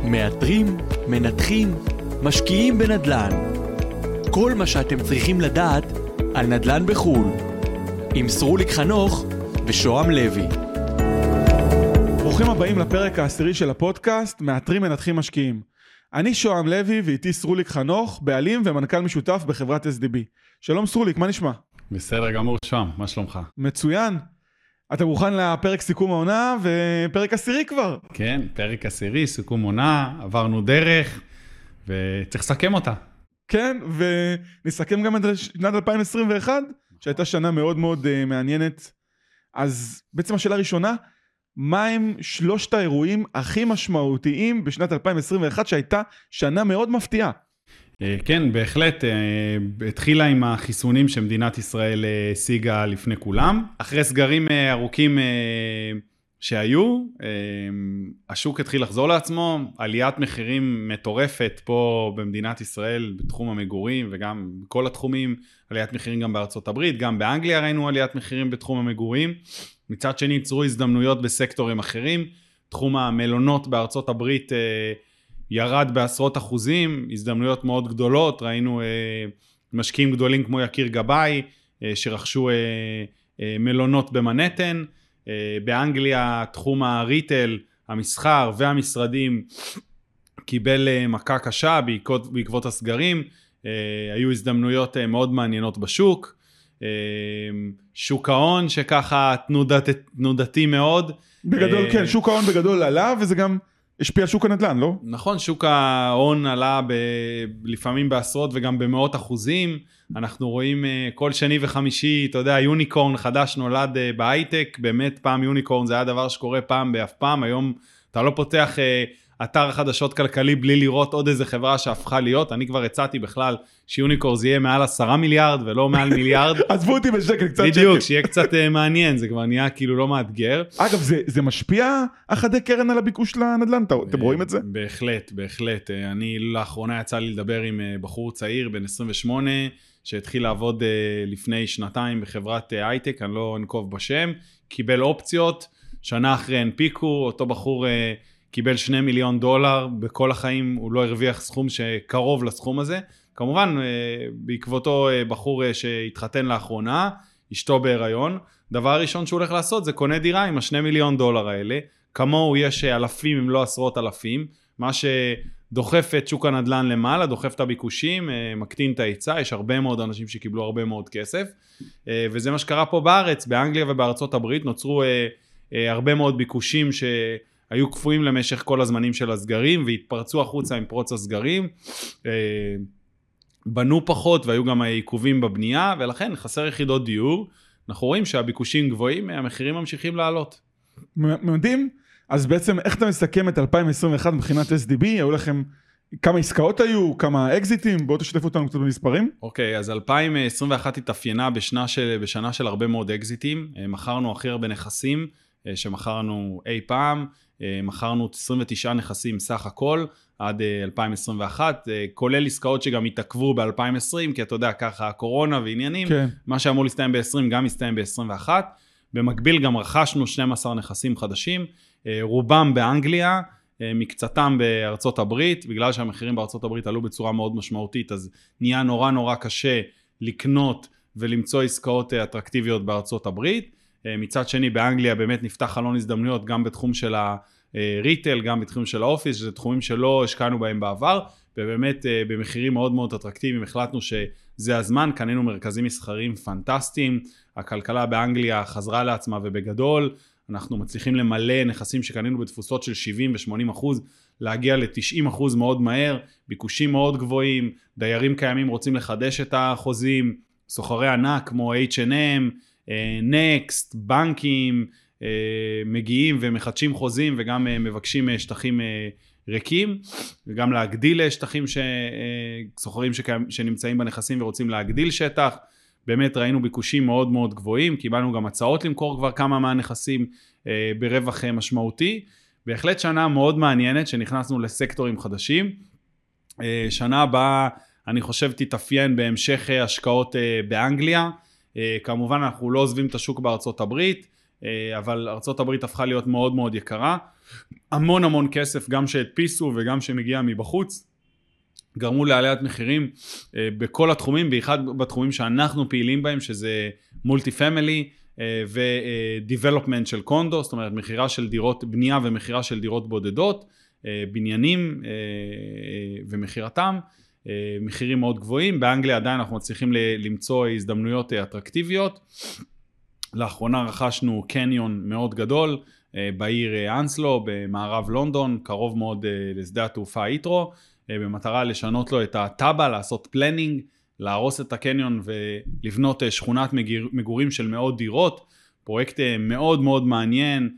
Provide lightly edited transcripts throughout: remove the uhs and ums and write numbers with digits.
מאתרים, מנתחים, משקיעים בנדל"ן. כל מה שאתם צריכים לדעת על נדל"ן בחו"ל. עם סרוליק חנוך ושוהם לוי. ברוכים הבאים לפרק העשירי של הפודקאסט, מאתרים, מנתחים, משקיעים. אני שוהם לוי ואיתי סרוליק חנוך, בעלים ומנכ"ל משותף בחברת SDB. שלום סרוליק, מה נשמע? בסדר גמור שוהם, מה שלומך? מצוין. אתה מוכן לפרק סיכום העונה ופרק עשירי כבר? כן, פרק עשירי, סיכום עונה, עברנו דרך וצריך לסכם אותה. כן, ונסכם גם את שנת 2021, שהייתה שנה מאוד מאוד מעניינת. אז בעצם השאלה הראשונה, מה הם שלושת האירועים הכי משמעותיים בשנת 2021 שהייתה שנה מאוד מפתיעה? כן, בהחלט, התחילה עם החיסונים שמדינת ישראל השיגה לפני כולם. אחרי סגרים ארוכים שהיו, השוק התחיל לחזור לעצמו, עליית מחירים מטורפת פה במדינת ישראל, בתחום המגורים וגם בכל התחומים, עליית מחירים גם בארצות הברית, גם באנגליה ראינו עליית מחירים בתחום המגורים. מצד שני, יצרו הזדמנויות בסקטורים אחרים, תחום המלונות בארצות הברית ירד בעשרות אחוזים, הזדמנויות מאוד גדולות, ראינו משקיעים גדולים כמו יקיר גבאי, שרכשו מלונות במנהטן, באנגליה תחום הריטל, המסחר והמשרדים קיבל מכה קשה בעקבות הסגרים, היו הזדמנויות מאוד מעניינות בשוק, שוק ההון שככה תנודתי מאוד. בגדול כן, שוק ההון בגדול עלה וזה גם השפיע על שוק הנדל"ן, לא? נכון, שוק ההון עלה לפעמים בעשרות וגם במאות אחוזים, אנחנו רואים כל שני וחמישי, אתה יודע, יוניקורן חדש נולד בהייטק, באמת פעם יוניקורן זה היה דבר שקורה פעם באף פעם, היום אתה לא פותח אתר חדשות כלכלי בלי לראות עוד איזה חברה שהפכה להיות, אני כבר הצעתי בכלל שיוניקורן זה יהיה מעל 10 מיליארד ולא מעל מיליארד. עזבו אותי בשקל, קצת שקל. בדיוק, שיהיה קצת מעניין, זה כבר נהיה כאילו לא מאתגר. אגב, זה משפיע אחדי קרן על הביקוש לנדל"ן, אתם רואים את זה? בהחלט, בהחלט. אני לאחרונה יצא לי לדבר עם בחור צעיר בן 28, שהתחיל לעבוד לפני שנתיים בחברת הייטק, אני לא אנקוב בשם, קיבל אופציות, שנה אחרי הנפיקו, אותו בחור קיבל $2 מיליון, בכל החיים הוא לא הרוויח סכום שקרוב לסכום הזה, כמובן בעקבותו בחור שהתחתן לאחרונה, אשתו בהיריון, דבר הראשון שהוא הולך לעשות זה קונה דירה עם $2 מיליון האלה, כמוהו יש אלפים אם לא עשרות אלפים, מה שדוחף את שוק הנדל"ן למעלה, דוחף את הביקושים, מקטין את ההיצע, יש הרבה מאוד אנשים שקיבלו הרבה מאוד כסף, וזה מה שקרה פה בארץ, באנגליה ובארצות הברית, נוצרו הרבה מאוד ביקושים שהיו קפואים למשך כל הזמנים של הסגרים, והתפרצו החוצה עם פרוץ הסגרים, בנו פחות והיו גם העיכובים בבנייה, ולכן חסר יחידות דיור, אנחנו רואים שהביקושים גבוהים, המחירים ממשיכים לעלות. מדהים, אז בעצם איך אתה מסכם את 2021 מבחינת SDB? היו לכם כמה עסקאות היו, כמה אקזיטים? בואו תשתף אותנו קצת במספרים. אוקיי, אז 2021 התאפיינה בשנה של הרבה מאוד אקזיטים, מכרנו הכי הרבה נכסים שמכרנו אי פעם, מכרנו 29 נכסים סך הכל עד 2021, כולל עסקאות שגם התעכבו ב-2020, כי אתה יודע, ככה הקורונה ועניינים, כן. מה שאמור להסתיים ב-20 גם מסתיים ב-21, במקביל גם רכשנו 12 נכסים חדשים, רובם באנגליה, מקצתם בארצות הברית, בגלל שהמחירים בארצות הברית עלו בצורה מאוד משמעותית, אז נהיה נורא נורא קשה לקנות ולמצוא עסקאות אטרקטיביות בארצות הברית, מצד שני באנגליה באמת נפתח חלון הזדמנויות גם בתחום של הריטל, גם בתחום של האופיס, שזה תחומים שלא השקענו בהם בעבר, ובאמת במחירים מאוד מאוד אטרקטיביים החלטנו שזה הזמן, קנינו מרכזים מסחריים פנטסטיים, הכלכלה באנגליה חזרה לעצמה ובגדול, אנחנו מצליחים למלא נכסים שקנינו בתפוסות של 70 ו-80%, להגיע ל-90% מאוד מהר, ביקושים מאוד גבוהים, דיירים קיימים רוצים לחדש את החוזים, סוחרי ענק כמו H&M, נקסט, בנקים, מגיעים ומחדשים חוזים וגם מבקשים שטחים ריקים, וגם להגדיל שטחים סוחרים שנמצאים בנכסים ורוצים להגדיל שטח, באמת ראינו ביקושים מאוד מאוד גבוהים, קיבלנו גם הצעות למכור כבר כמה מהנכסים ברווח משמעותי, בהחלט שנה מאוד מעניינת שנכנסנו לסקטורים חדשים, שנה הבאה אני חושב תתאפיין בהמשך השקעות באנגליה, כמובן אנחנו לא עוזבים את השוק בארצות הברית, אבל ארצות הברית הפכה להיות מאוד מאוד יקרה. המון כסף, גם שהדפיסו וגם שמגיע מבחוץ, גרמו לעליית מחירים בכל התחומים, בייחד בתחומים שאנחנו פעילים בהם, שזה מולטי פמילי ו-development של קונדו, זאת אומרת מחירה של דירות בנייה ומחירה של דירות בודדות, בניינים ומחירתם, מחירים מאוד גבוהים. באנגליה עדיין אנחנו מצליחים למצוא הזדמנויות אטרקטיביות. לאחרונה רכשנו קניון מאוד גדול בעיר אנסלו, במערב לונדון, קרוב מאוד לשדה התעופה הית'רו, במטרה לשנות לו את הטאבה, לעשות פלנינג, להרוס את הקניון ולבנות שכונת מגורים של מאות דירות. פרויקט מאוד מאוד מעניין,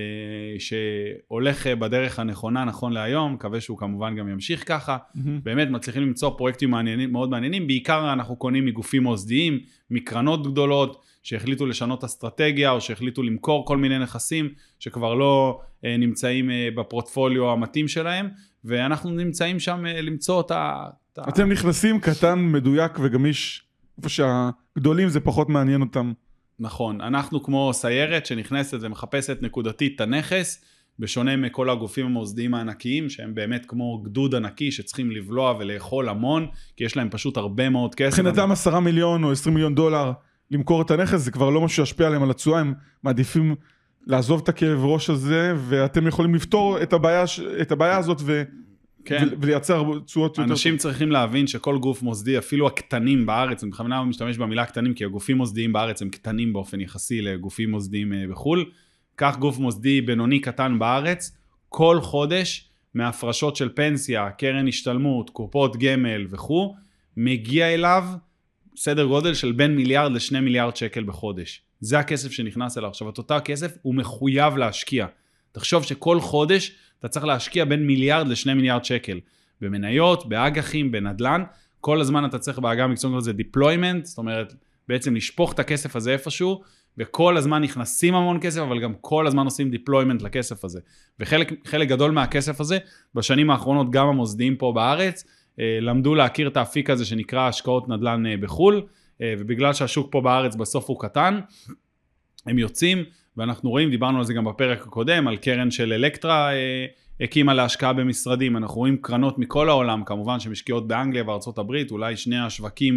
שהולך בדרך הנכונה נכון להיום, מקווה שהוא כמובן גם ימשיך ככה. באמת מצליחים למצוא פרויקטים מאוד מעניינים, בעיקר אנחנו קונים מגופים מוסדיים, מקרנות גדולות, שהחליטו לשנות אסטרטגיה, או שהחליטו למכור כל מיני נכסים, שכבר לא נמצאים בפורטפוליו המתאים שלהם, ואנחנו נמצאים שם למצוא את ה... אתם נכנסים קטן, מדויק וגמיש, איפה שהגדולים זה פחות מעניין אותם. נכון, אנחנו כמו סיירת שנכנסת ומחפשת נקודתית את הנכס, בשונה מכל הגופים המוסדיים הענקיים, שהם באמת כמו גדוד ענקי שצריכים לבלוע ולאכול המון, כי יש להם פשוט הרבה מאוד כסף. מבחינתם 10 מיליון או 20 מיליון דולר למכור את הנכס, זה כבר לא משהו שישפיע עליהם על התשואה, הם מעדיפים לעזוב את הכאב ראש הזה, ואתם יכולים לפתור את הבעיה הזאת כן. ולייצר תשואות יותר. אנשים צריכים להבין שכל גוף מוסדי, אפילו הקטנים בארץ, אני בכוונה משתמש במילה קטנים, כי הגופים מוסדיים בארץ הם קטנים באופן יחסי לגופים מוסדיים בחול. כך גוף מוסדי בינוני קטן בארץ, כל חודש מהפרשות של פנסיה, קרן השתלמות, קופות גמל וכו', מגיע אליו סדר גודל של בין מיליארד ל2 מיליארד שקל בחודש. זה הכסף שנכנס אליו. עכשיו, את אותה כסף הוא מחויב להשקיע. תחשוב שכל חודש אתה צריך להשקיע בין מיליארד ל2 מיליארד שקל. במניות, באג"חים, בנדל"ן. כל הזמן אתה צריך בעגה המקצועית לזה deployment, זאת אומרת, בעצם לשפוך את הכסף הזה איפשהו, וכל הזמן נכנסים המון כסף, אבל גם כל הזמן עושים deployment לכסף הזה. וחלק גדול מהכסף הזה, בשנים האחרונות גם המוסדיים פה בארץ, למדו להכיר את האפיק הזה שנקרא השקעות נדל"ן בחול, ובגלל שהשוק פה בארץ בסוף הוא קטן, הם יוצאים, ואנחנו רואים, דיברנו על זה גם בפרק הקודם, על קרן של אלקטרה הקימה להשקעה במשרדים, אנחנו רואים קרנות מכל העולם, כמובן שמשקיעות באנגליה וארצות הברית, אולי שני השווקים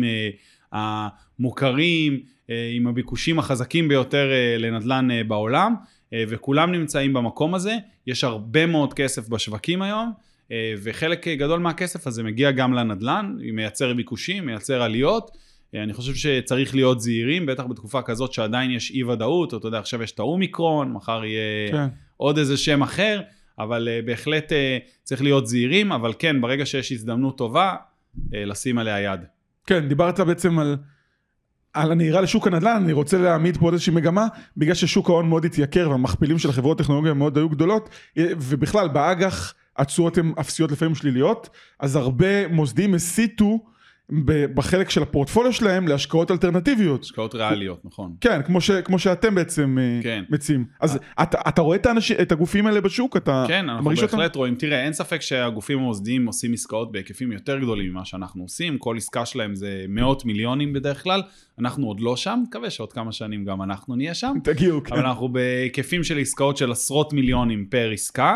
המוכרים, עם הביקושים החזקים ביותר לנדל"ן בעולם, וכולם נמצאים במקום הזה, יש הרבה מאוד כסף בשווקים היום, וחלק גדול מהכסף הזה מגיע גם לנדל"ן, מייצר ביקושים, מייצר עליות, אני חושב שצריך להיות זהירים, בטח בתקופה כזאת שעדיין יש אי ודאות, אתה יודע, עכשיו יש את האומיקרון, מחר יהיה כן. עוד איזה שם אחר, אבל בהחלט צריך להיות זהירים, אבל כן, ברגע שיש הזדמנות טובה, לשים עליה יד. כן, דיברת בעצם על הנהירה לשוק הנדל"ן, אני רוצה להעמיד פה עוד איזושהי מגמה, בגלל ששוק ההון מאוד התייקר, והמכפילים של החברות טכנולוגיה מאוד היו גדולות, ובכלל באג"ח התשואות הן אפסיות לפעמים שליליות, אז הרבה מוסדים הסיטו בחלק של הפורטפוליו שלהם להשקעות אלטרנטיביות. השקעות ריאליות, נכון. כן, כמו שאתם בעצם מציעים. אז אתה רואה את הגופים האלה בשוק? כן, אנחנו בהחלט רואים. תראה, אין ספק שהגופים המוסדיים עושים עסקאות בהיקפים יותר גדולים ממה שאנחנו עושים. כל עסקה שלהם זה מאות מיליונים בדרך כלל. אנחנו עוד לא שם, מקווה שעוד כמה שנים גם אנחנו נהיה שם. תגיעו, כן. אבל אנחנו בהיקפים של עסקאות של עשרות מיליונים פר עסקה.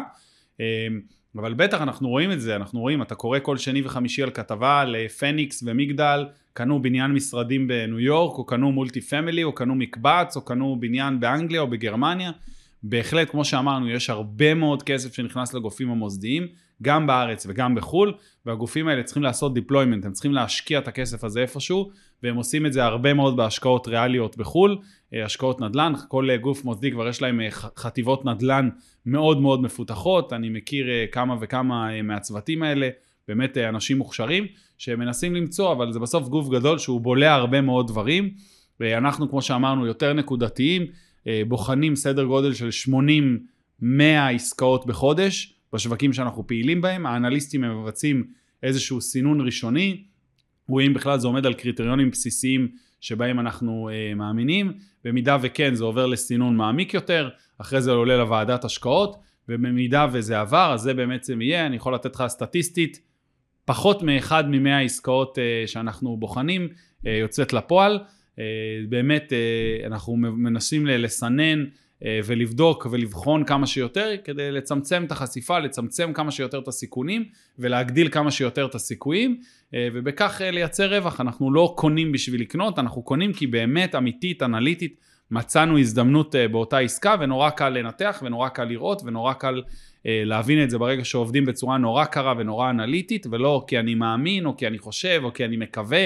אבל בטח אנחנו רואים את זה, אנחנו רואים, אתה קורא כל שני וחמישי על כתבה לפניקס ומגדל, קנו בניין משרדים בניו יורק, או קנו מולטי פמילי, או קנו מקבץ, או קנו בניין באנגליה או בגרמניה. בהחלט, כמו שאמרנו, יש הרבה מאוד כסף שנכנס לגופים המוסדיים, גם בארץ וגם בחול, והגופים האלה צריכים לעשות deployment, הם צריכים להשקיע את הכסף הזה איפשהו, והם עושים את זה הרבה מאוד בהשקעות ריאליות בחול, השקעות נדל"ן, כל גוף מוסדי כבר יש להם חטיבות נדל"ן מאוד מאוד מפותחות, אני מכיר כמה וכמה מהצוותים האלה, באמת אנשים מוכשרים, שמנסים למצוא, אבל זה בסוף גוף גדול שהוא בולע הרבה מאוד דברים, ואנחנו כמו שאמרנו יותר נקודתיים, בוחנים סדר גודל של 80-100 עסקאות בחודש, בשווקים שאנחנו פעילים בהם, האנליסטים מבצעים איזשהו סינון ראשוני, רואים בכלל זה עומד על קריטריונים בסיסיים שבהם אנחנו מאמינים, במידה וכן זה עובר לסינון מעמיק יותר, אחרי זה עולה לוועדת השקעות, ובמידה וזה עבר, אז זה באמת זה יהיה, אני יכול לתת לך סטטיסטית, פחות מאחד מ100 עסקאות שאנחנו בוחנים, יוצאת לפועל, באמת אנחנו מנסים לסנן ולבדוק ולבחון כמה שיותר, כדי לצמצם את החשיפה, לצמצם כמה שיותר את הסיכונים, ולהגדיל כמה שיותר את הסיכויים, ובכך לייצר רווח. אנחנו לא קונים בשביל לקנות, אנחנו קונים כי באמת אמיתית, אנליטית, מצאנו הזדמנות באותה עסקה, ונורא קל לנתח, ונורא קל לראות, ונורא קל להבין את זה ברגע שעובדים בצורה נורא קרה ונורא אנליטית, ולא כי אני מאמין, או כי אני חושב, או כי אני מקווה,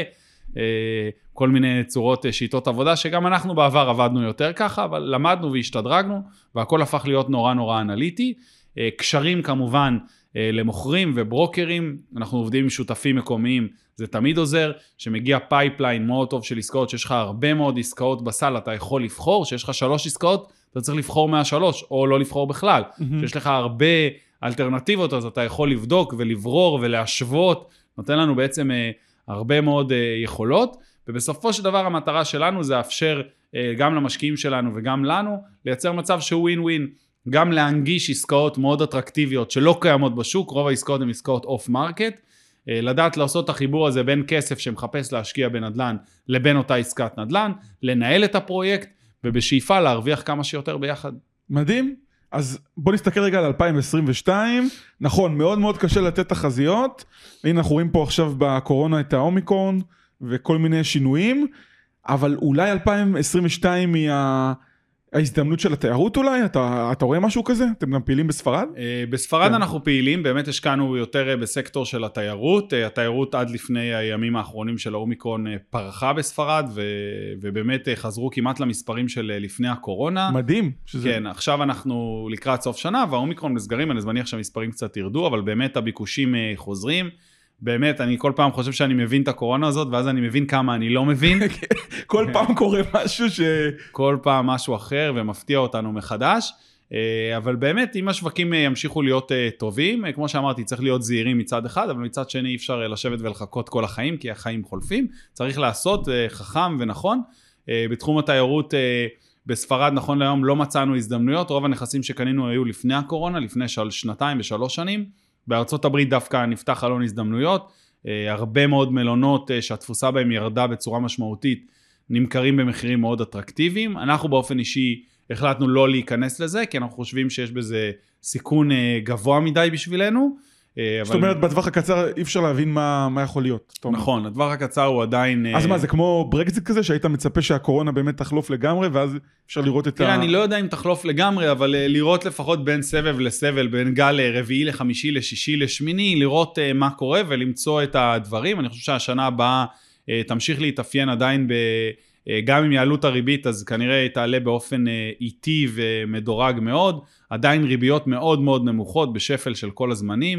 כל מיני צורות, שיטות עבודה, שגם אנחנו בעבר עבדנו יותר ככה, אבל למדנו והשתדרגנו, והכל הפך להיות נורא נורא אנליטי. קשרים כמובן למוכרים וברוקרים, אנחנו עובדים עם שותפים מקומיים, זה תמיד עוזר, שמגיע פייפליין מאוד טוב של עסקאות, שיש לך הרבה מאוד עסקאות בסל, אתה יכול לבחור, שיש לך 3 עסקאות, אתה צריך לבחור מה3, או לא לבחור בכלל. שיש לך הרבה אלטרנטיבות, אז אתה יכול לבדוק ולברור ולהשוות, נותן לנו בעצם הרבה מאוד יכולות, ובסופו של דבר המטרה שלנו זה לאפשר גם למשקיעים שלנו וגם לנו, לייצר מצב שהוא ווין ווין, גם להנגיש עסקאות מאוד אטרקטיביות שלא קיימות בשוק, רוב העסקאות הן עסקאות אוף מרקט, לדעת לעשות את החיבור הזה בין כסף שמחפש להשקיע בנדלן לבין אותה עסקת נדלן, לנהל את הפרויקט ובשאיפה להרוויח כמה שיותר ביחד. מדהים. אז בוא נסתכל רגע על 2022, נכון, מאוד מאוד קשה לתת תחזיות, הנה אנחנו רואים פה עכשיו בקורונה את האומיקרון וכל מיני שינויים, אבל אולי 2022 היא ההזדמנות של התיירות אולי? אתה רואה משהו כזה? אתם גם פעילים בספרד? בספרד אנחנו פעילים, באמת השקענו יותר בסקטור של התיירות, התיירות עד לפני הימים האחרונים של האומיקרון פרחה בספרד, ובאמת חזרו כמעט למספרים של לפני הקורונה. מדהים. כן, עכשיו אנחנו לקראת סוף שנה, והאומיקרון מסגרים, אני מניח שהמספרים קצת ירדו, אבל באמת הביקושים חוזרים, באמת, אני כל פעם חושב שאני מבין את הקורונה הזאת, ואז אני מבין כמה אני לא מבין. כל פעם קורה משהו כל פעם משהו אחר, ומפתיע אותנו מחדש. אבל באמת, אם השווקים ימשיכו להיות טובים, כמו שאמרתי, צריך להיות זהירים מצד אחד, אבל מצד שני אי אפשר לשבת ולחכות כל החיים, כי החיים חולפים. צריך לעשות חכם ונכון. בתחום התיירות בספרד, נכון להיום, לא מצאנו הזדמנויות. רוב הנכסים שקנינו היו לפני הקורונה, לפני 2 ו3 שנים. בארצות הברית דווקא נפתח חלון הזדמנויות, הרבה מאוד מלונות שהתפוסה בהם ירדה בצורה משמעותית, נמכרים במחירים מאוד אטרקטיביים. אנחנו באופן אישי החלטנו לא להיכנס לזה, כי אנחנו חושבים שיש בזה סיכון גבוה מדי בשבילנו. זאת אומרת, בטווח הקצר אי אפשר להבין מה יכול להיות. נכון, הטווח הקצר הוא עדיין... אז מה, זה כמו ברקזיט כזה, שהיית מצפה שהקורונה באמת תחלוף לגמרי, ואז אפשר לראות את אני לא יודע אם תחלוף לגמרי, אבל לראות לפחות בין סבב לסבל, בין גל רביעי לחמישי, לשישי, לשמיני, לראות מה קורה ולמצוא את הדברים. אני חושב שהשנה הבאה תמשיך להתאפיין עדיין גם אם יעלו את הריבית, אז כנראה היא תעלה באופן איטי ומדורג מאוד, עדיין ריביות מאוד מאוד נמוכות, בשפל של כל הזמנים,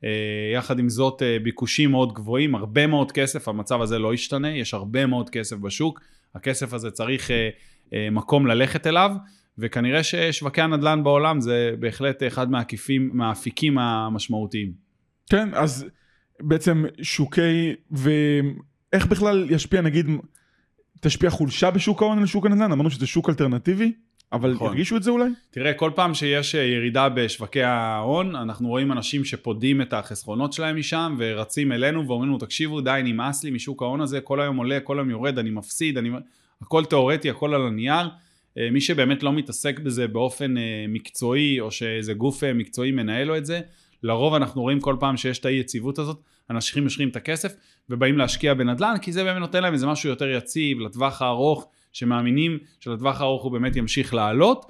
יחד עם זאת ביקושים מאוד גבוהים, הרבה מאוד כסף, המצב הזה לא ישתנה, יש הרבה מאוד כסף בשוק, הכסף הזה צריך מקום ללכת אליו, וכנראה ששווקי הנדל"ן בעולם זה בהחלט אחד מהאפיקים המשמעותיים. כן, אז בעצם שוקי, ואיך בכלל ישפיע נגיד, תשפיע חולשה בשוק ההון על שוק הנדל"ן? אמרנו שזה שוק אלטרנטיבי, אבל הרגישו את זה אולי? תראה, כל פעם שיש ירידה בשווקי ההון, אנחנו רואים אנשים שפודים את החסכונות שלהם משם, ורצים אלינו ואומרים לנו, תקשיבו, די, נמאס לי משוק ההון הזה, כל היום עולה, כל היום יורד, אני מפסיד, הכל תיאורטי, הכל על הנייר. מי שבאמת לא מתעסק בזה באופן מקצועי, או שאיזה גוף מקצועי מנהל לו את זה, לרוב אנחנו רואים כל פעם שיש את היציבות הזאת, אנשים משקיעים את הכסף ובאים להשקיע בנדל"ן, כי זה באמת נותן להם איזה משהו יותר יציב, לטווח הארוך, שמאמינים שלטווח הארוך הוא באמת ימשיך לעלות,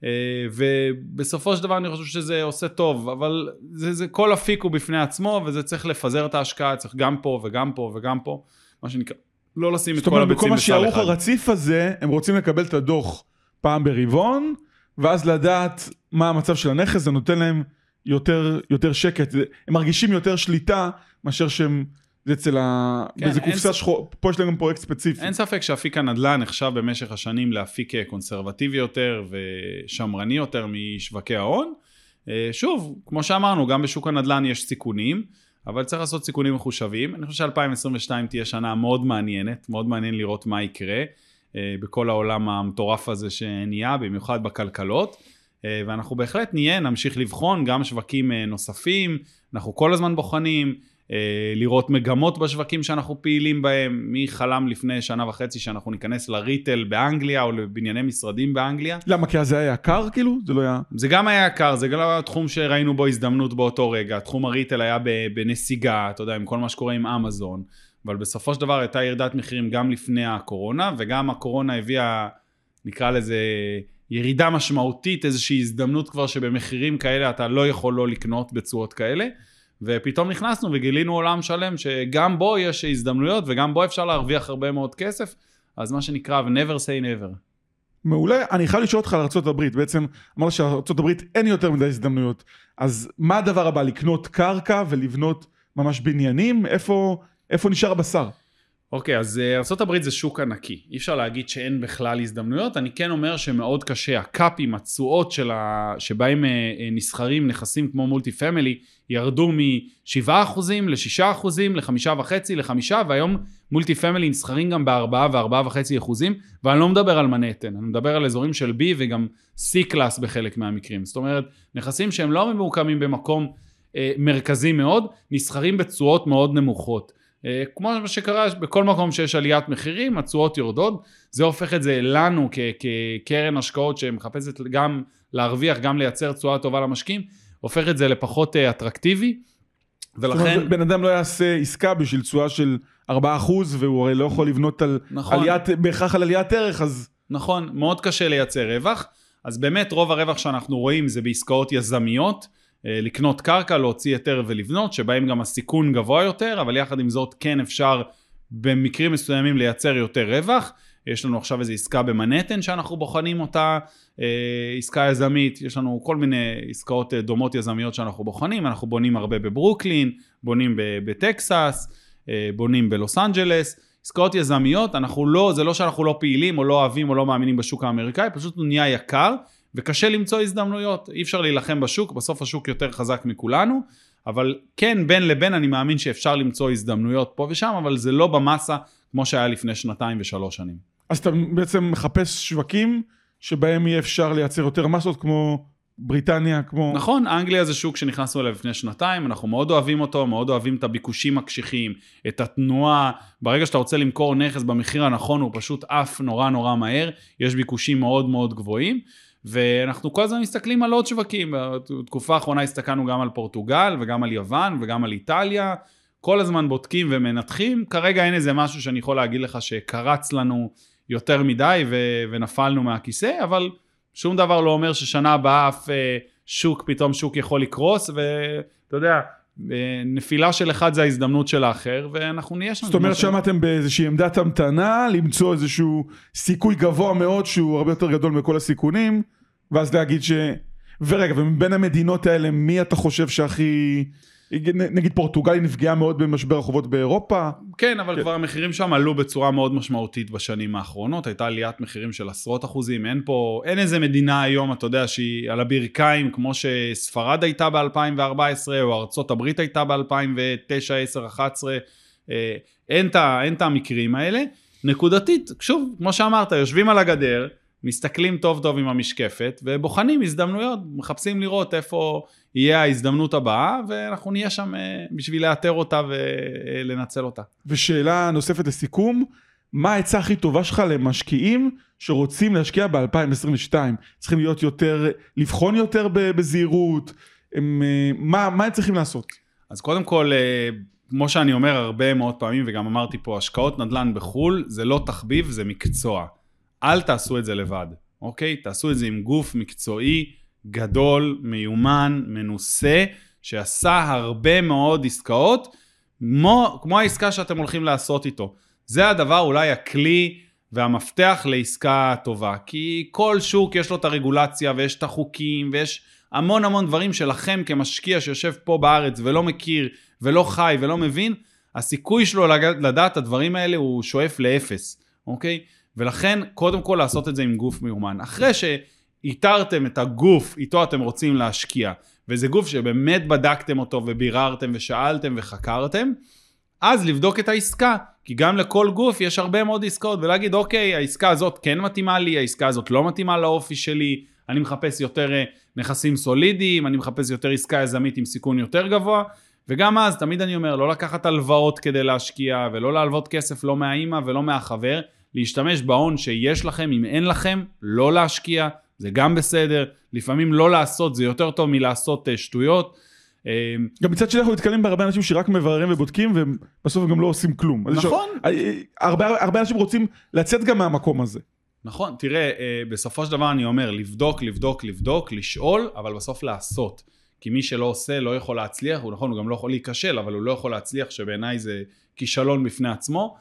ובסופו של דבר אני חושב שזה עושה טוב, אבל זה כל אפיק הוא בפני עצמו, וזה צריך לפזר את ההשקעה, צריך גם פה וגם פה וגם פה, מה שנקרא, לא לשים את כל הביצים בסל אחד. זאת אומרת, בכל השערוך הרציף הזה, הם רוצים לקבל את הדוח פעם ברבעון, ואז לדעת מה המצב של הנכס, זה נותן להם יותר שקט, הם מרגישים יותר שליטה, מאשר שהם, זה אצל באיזה קופסה שחור, פה יש להם פרויקט ספציפי. אין ספק שאפיק הנדל"ן נחשב במשך השנים לאפיק קונסרבטיבי יותר ושמרני יותר משווקי ההון. שוב, כמו שאמרנו, גם בשוק הנדל"ן יש סיכונים, אבל צריך לעשות סיכונים מחושבים. אני חושב ש-2022 תהיה שנה מאוד מעניינת, מאוד מעניין לראות מה יקרה בכל העולם המטורף הזה שנהיה, במיוחד בכלכלות. ואנחנו בהחלט נמשיך לבחון גם שווקים נוספים, אנחנו כל הזמן בוחנים, לראות מגמות בשווקים שאנחנו פעילים בהם, מי חלם לפני שנה וחצי שאנחנו ניכנס לריטל באנגליה או לבנייני משרדים באנגליה. למה? כי אז זה היה יקר כאילו? זה לא היה... זה גם היה יקר, זה גם התחום שראינו בו הזדמנות באותו רגע, תחום הריטל היה בנסיגה, אתה יודע, עם כל מה שקורה עם אמזון, אבל בסופו של דבר הייתה ירידת מחירים גם לפני הקורונה, וגם הקורונה הביאה, נקרא לזה, ירידה משמעותית, איזושהי הזדמנות כבר שבמחירים כאלה אתה לא יכול לא לקנות בצורות כאלה, ופתאום נכנסנו וגילינו עולם שלם שגם בו יש הזדמנויות וגם בו אפשר להרוויח הרבה מאוד כסף, אז מה שנקרא never say never. מעולה, אני חייב לשאול אותך על ארצות הברית, בעצם אמרת שארצות הברית אין יותר מדי הזדמנויות, אז מה הדבר הבא? לקנות קרקע ולבנות ממש בניינים? איפה נשאר הבשר? אוקיי, אז ארצות הברית זה שוק ענקי, אי אפשר להגיד שאין בכלל הזדמנויות, אני כן אומר שמאוד קשה, הקאפים, התשואות שבהם נסחרים נכסים כמו מולטי פמילי, ירדו מ7% ל6% ל5.5% ל5%, והיום מולטי פמילי נסחרים גם ב4 ו4.5%, ואני לא מדבר על מנהטן, אני מדבר על אזורים של B וגם C קלאס בחלק מהמקרים, זאת אומרת, נכסים שהם לא ממוקמים במקום מרכזי מאוד, נסחרים בתשואות מאוד נמוכות. כמו שקרה בכל מקום שיש עליית מחירים, התשואות יורדות, זה הופך את זה לנו כקרן השקעות שמחפשת גם להרוויח, גם לייצר תשואה טובה למשקיעים, הופך את זה לפחות אטרקטיבי, ולכן... בן אדם לא יעשה עסקה בשביל תשואה של 4%, והוא הרי לא יכול לבנות על עליית, בהכרח על עליית ערך, אז... נכון, מאוד קשה לייצר רווח, אז באמת רוב הרווח שאנחנו רואים זה בעסקאות יזמיות, לקנות קרקע, להוציא יותר ולבנות, שבהם גם הסיכון גבוה יותר, אבל יחד עם זאת כן אפשר במקרים מסוימים לייצר יותר רווח. יש לנו עכשיו איזו עסקה במנהטן שאנחנו בוחנים אותה, עסקה יזמית, יש לנו כל מיני עסקאות דומות יזמיות שאנחנו בוחנים, אנחנו בונים הרבה בברוקלין, בונים בטקסס, בונים בלוס אנג'לס, עסקאות יזמיות, זה לא שאנחנו לא פעילים או לא אוהבים או לא מאמינים בשוק האמריקאי, פשוט הוא נהיה יקר, וקשה למצוא הזדמנויות, אי אפשר להילחם בשוק, בסוף השוק יותר חזק מכולנו, אבל כן, בין לבין אני מאמין שאפשר למצוא הזדמנויות פה ושם, אבל זה לא במסה כמו שהיה לפני 2 ו3 שנים. אז אתה בעצם מחפש שווקים שבהם יהיה אפשר לייצר יותר מסות כמו בריטניה, כמו... נכון, אנגליה זה שוק שנכנסנו אליו לפני 2, אנחנו מאוד אוהבים אותו, מאוד אוהבים את הביקושים הקשיחים, את התנועה, ברגע שאתה רוצה למכור נכס במחיר הנכון, הוא פשוט אף נורא נורא מהר, יש ביקושים מאוד מאוד גבוהים, ואנחנו כל הזמן מסתכלים על עוד שווקים, בתקופה האחרונה הסתכלנו גם על פורטוגל וגם על יוון וגם על איטליה, כל הזמן בודקים ומנתחים, כרגע אין איזה משהו שאני יכול להגיד לך שקרץ לנו יותר מדי ונפלנו מהכיסא, אבל שום דבר לא אומר ששנה הבאה אף פתאום שוק יכול לקרוס, ואתה יודע, נפילה של אחד זה ההזדמנות של האחר, ואנחנו נהיה שם. זאת אומרת שמעתם באיזושהי עמדת המתנה, למצוא איזשהו סיכוי גבוה מאוד, שהוא הרבה יותר גדול מכל הסיכונים, ואז להגיד ורגע, ומבין המדינות האלה, מי אתה חושב שהכי... נגיד פורטוגל נפגעה מאוד במשבר החובות באירופה. כן, אבל כבר המחירים שם עלו בצורה מאוד משמעותית בשנים האחרונות, הייתה עליית מחירים של עשרות אחוזים, אין איזה מדינה היום, אתה יודע, שהיא על הברכיים, כמו שספרד הייתה ב-2014, או ארצות הברית הייתה ב-2009, 10, 11, אין את המקרים האלה. נקודתית, שוב, כמו שאמרת, יושבים על הגדר, מסתכלים טוב טוב עם המשקפת, ובוחנים הזדמנויות, מחפשים לראות איפה יהיה ההזדמנות הבאה, ואנחנו נהיה שם בשביל לאתר אותה ולנצל אותה. ושאלה נוספת לסיכום, מה העצה הכי טובה שלך למשקיעים שרוצים להשקיע ב-2022? צריכים להיות יותר, לבחון יותר בזהירות, מה הם צריכים לעשות? אז קודם כל, כמו שאני אומר הרבה מאוד פעמים, וגם אמרתי פה, השקעות נדל"ן בחול, זה לא תחביב, זה מקצוע. אל תעשו את זה לבד, אוקיי? תעשו את זה עם גוף מקצועי, גדול, מיומן, מנוסה, שעשה הרבה מאוד עסקאות, כמו העסקה שאתם הולכים לעשות איתו. זה הדבר, אולי הכלי והמפתח לעסקה טובה, כי כל שוק יש לו את הרגולציה, ויש את החוקים, ויש המון המון דברים שלכם כמשקיע שיושב פה בארץ, ולא מכיר, ולא חי, ולא מבין, הסיכוי שלו לדעת את הדברים האלה הוא שואף לאפס, אוקיי? ולכן, קודם כל לעשות את זה עם גוף מיומן. אחרי שאיתרתם את הגוף, איתו אתם רוצים להשקיע, וזה גוף שבאמת בדקתם אותו, וביררתם, ושאלתם, וחקרתם, אז לבדוק את העסקה, כי גם לכל גוף יש הרבה מאוד עסקאות, ולהגיד, אוקיי, העסקה הזאת כן מתאימה לי, העסקה הזאת לא מתאימה לאופי שלי, אני מחפש יותר נכסים סולידיים, אני מחפש יותר עסקה יזמית עם סיכון יותר גבוה, וגם אז, תמיד אני אומר, לא לקחת הלוואות כדי להשקיע, ולא להלוות כסף לא מהאימא ולא מהחבר, להשתמש בהון שיש לכם, אם אין לכם, לא להשקיע, זה גם בסדר, לפעמים לא לעשות, זה יותר טוב מלעשות שטויות. גם מצד שני אנחנו נתקלים בהרבה אנשים שרק מבררים ובודקים, ובסוף הם גם לא עושים כלום. נכון. הרבה אנשים רוצים לצאת גם מהמקום הזה. נכון, תראה, בסופו של דבר אני אומר, לבדוק, לשאול, אבל בסוף לעשות. כי מי שלא עושה לא יכול להצליח, הוא נכון, הוא גם לא יכול להיכשל, אבל הוא לא יכול להצליח, שבעיניי זה כישלון בפני עצמו.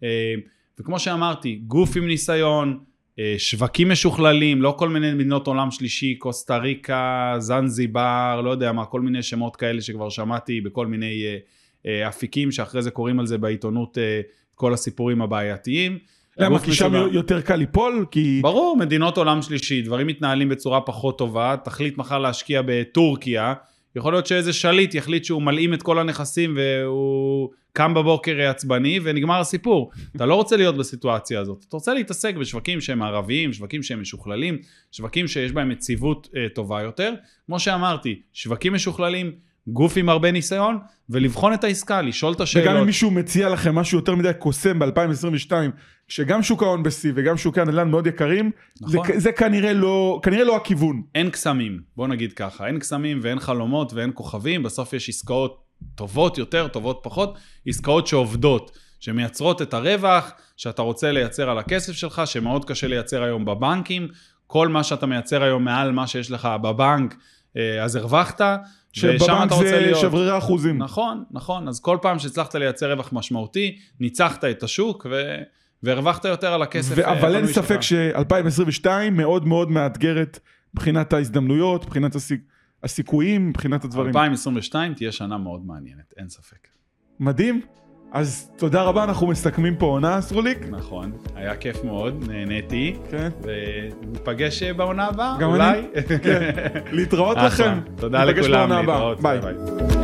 וכמו שאמרתי, גוף עם ניסיון, שווקים משוכללים, לא כל מיני מדינות עולם שלישי, קוסטה ריקה, זנזיבר, לא יודע מה, כל מיני שמות כאלה שכבר שמעתי בכל מיני אפיקים, שאחרי זה קוראים על זה בעיתונות כל הסיפורים הבעייתיים. למה? כי שם יותר קל ליפול? ברור, מדינות עולם שלישי, דברים מתנהלים בצורה פחות טובה, תחליט מחר להשקיע בטורקיה, יכול להיות שאיזה שליט יחליט שהוא מלאים את כל הנכסים והוא קם בבוקר עצבני ונגמר הסיפור. אתה לא רוצה להיות בסיטואציה הזאת, אתה רוצה להתעסק בשווקים שהם ערביים, שווקים שהם משוכללים, שווקים שיש בהם יציבות טובה יותר. כמו שאמרתי, שווקים משוכללים, גוף עם הרבה ניסיון, ולבחון את העסקה, לשאול את השאלות. וגם אם מישהו מציע לכם משהו יותר מדי קוסם ב-2022, שגם שוק ההון בסי וגם שוקי הנדל"ן מאוד יקרים, נכון. זה כנראה לא הכיוון. אין קסמים, בוא נגיד ככה, אין קסמים ואין חלומות ואין כוכבים, בסוף יש עסקאות טובות יותר, טובות פחות, עסקאות שעובדות, שמייצרות את הרווח, שאתה רוצה לייצר על הכסף שלך, שמאוד קשה לייצר היום בבנקים, כל מה שאתה מייצר היום מעל מה שיש לך בבנק, אז הרווחת, שבבנק זה שברירי אחוזים. נכון, אז כל פעם שהצלחת לייצר רווח משמעותי, ניצחת את השוק והרווחת יותר על הכסף. אבל אין ספק ש-2022 מאוד מאוד מאתגרת מבחינת ההזדמנויות, מבחינת הסיכויים, מבחינת הדברים. 2022 תהיה שנה מאוד מעניינת, אין ספק. מדהים. אז תודה רבה, אנחנו מסתכמים פה עונה, סרוליק. נכון, היה כיף מאוד, נהניתי. כן. ונפגש בעונה הבאה, גם אולי. כן. להתראות לכם. תודה לכולם, להתראות. ביי.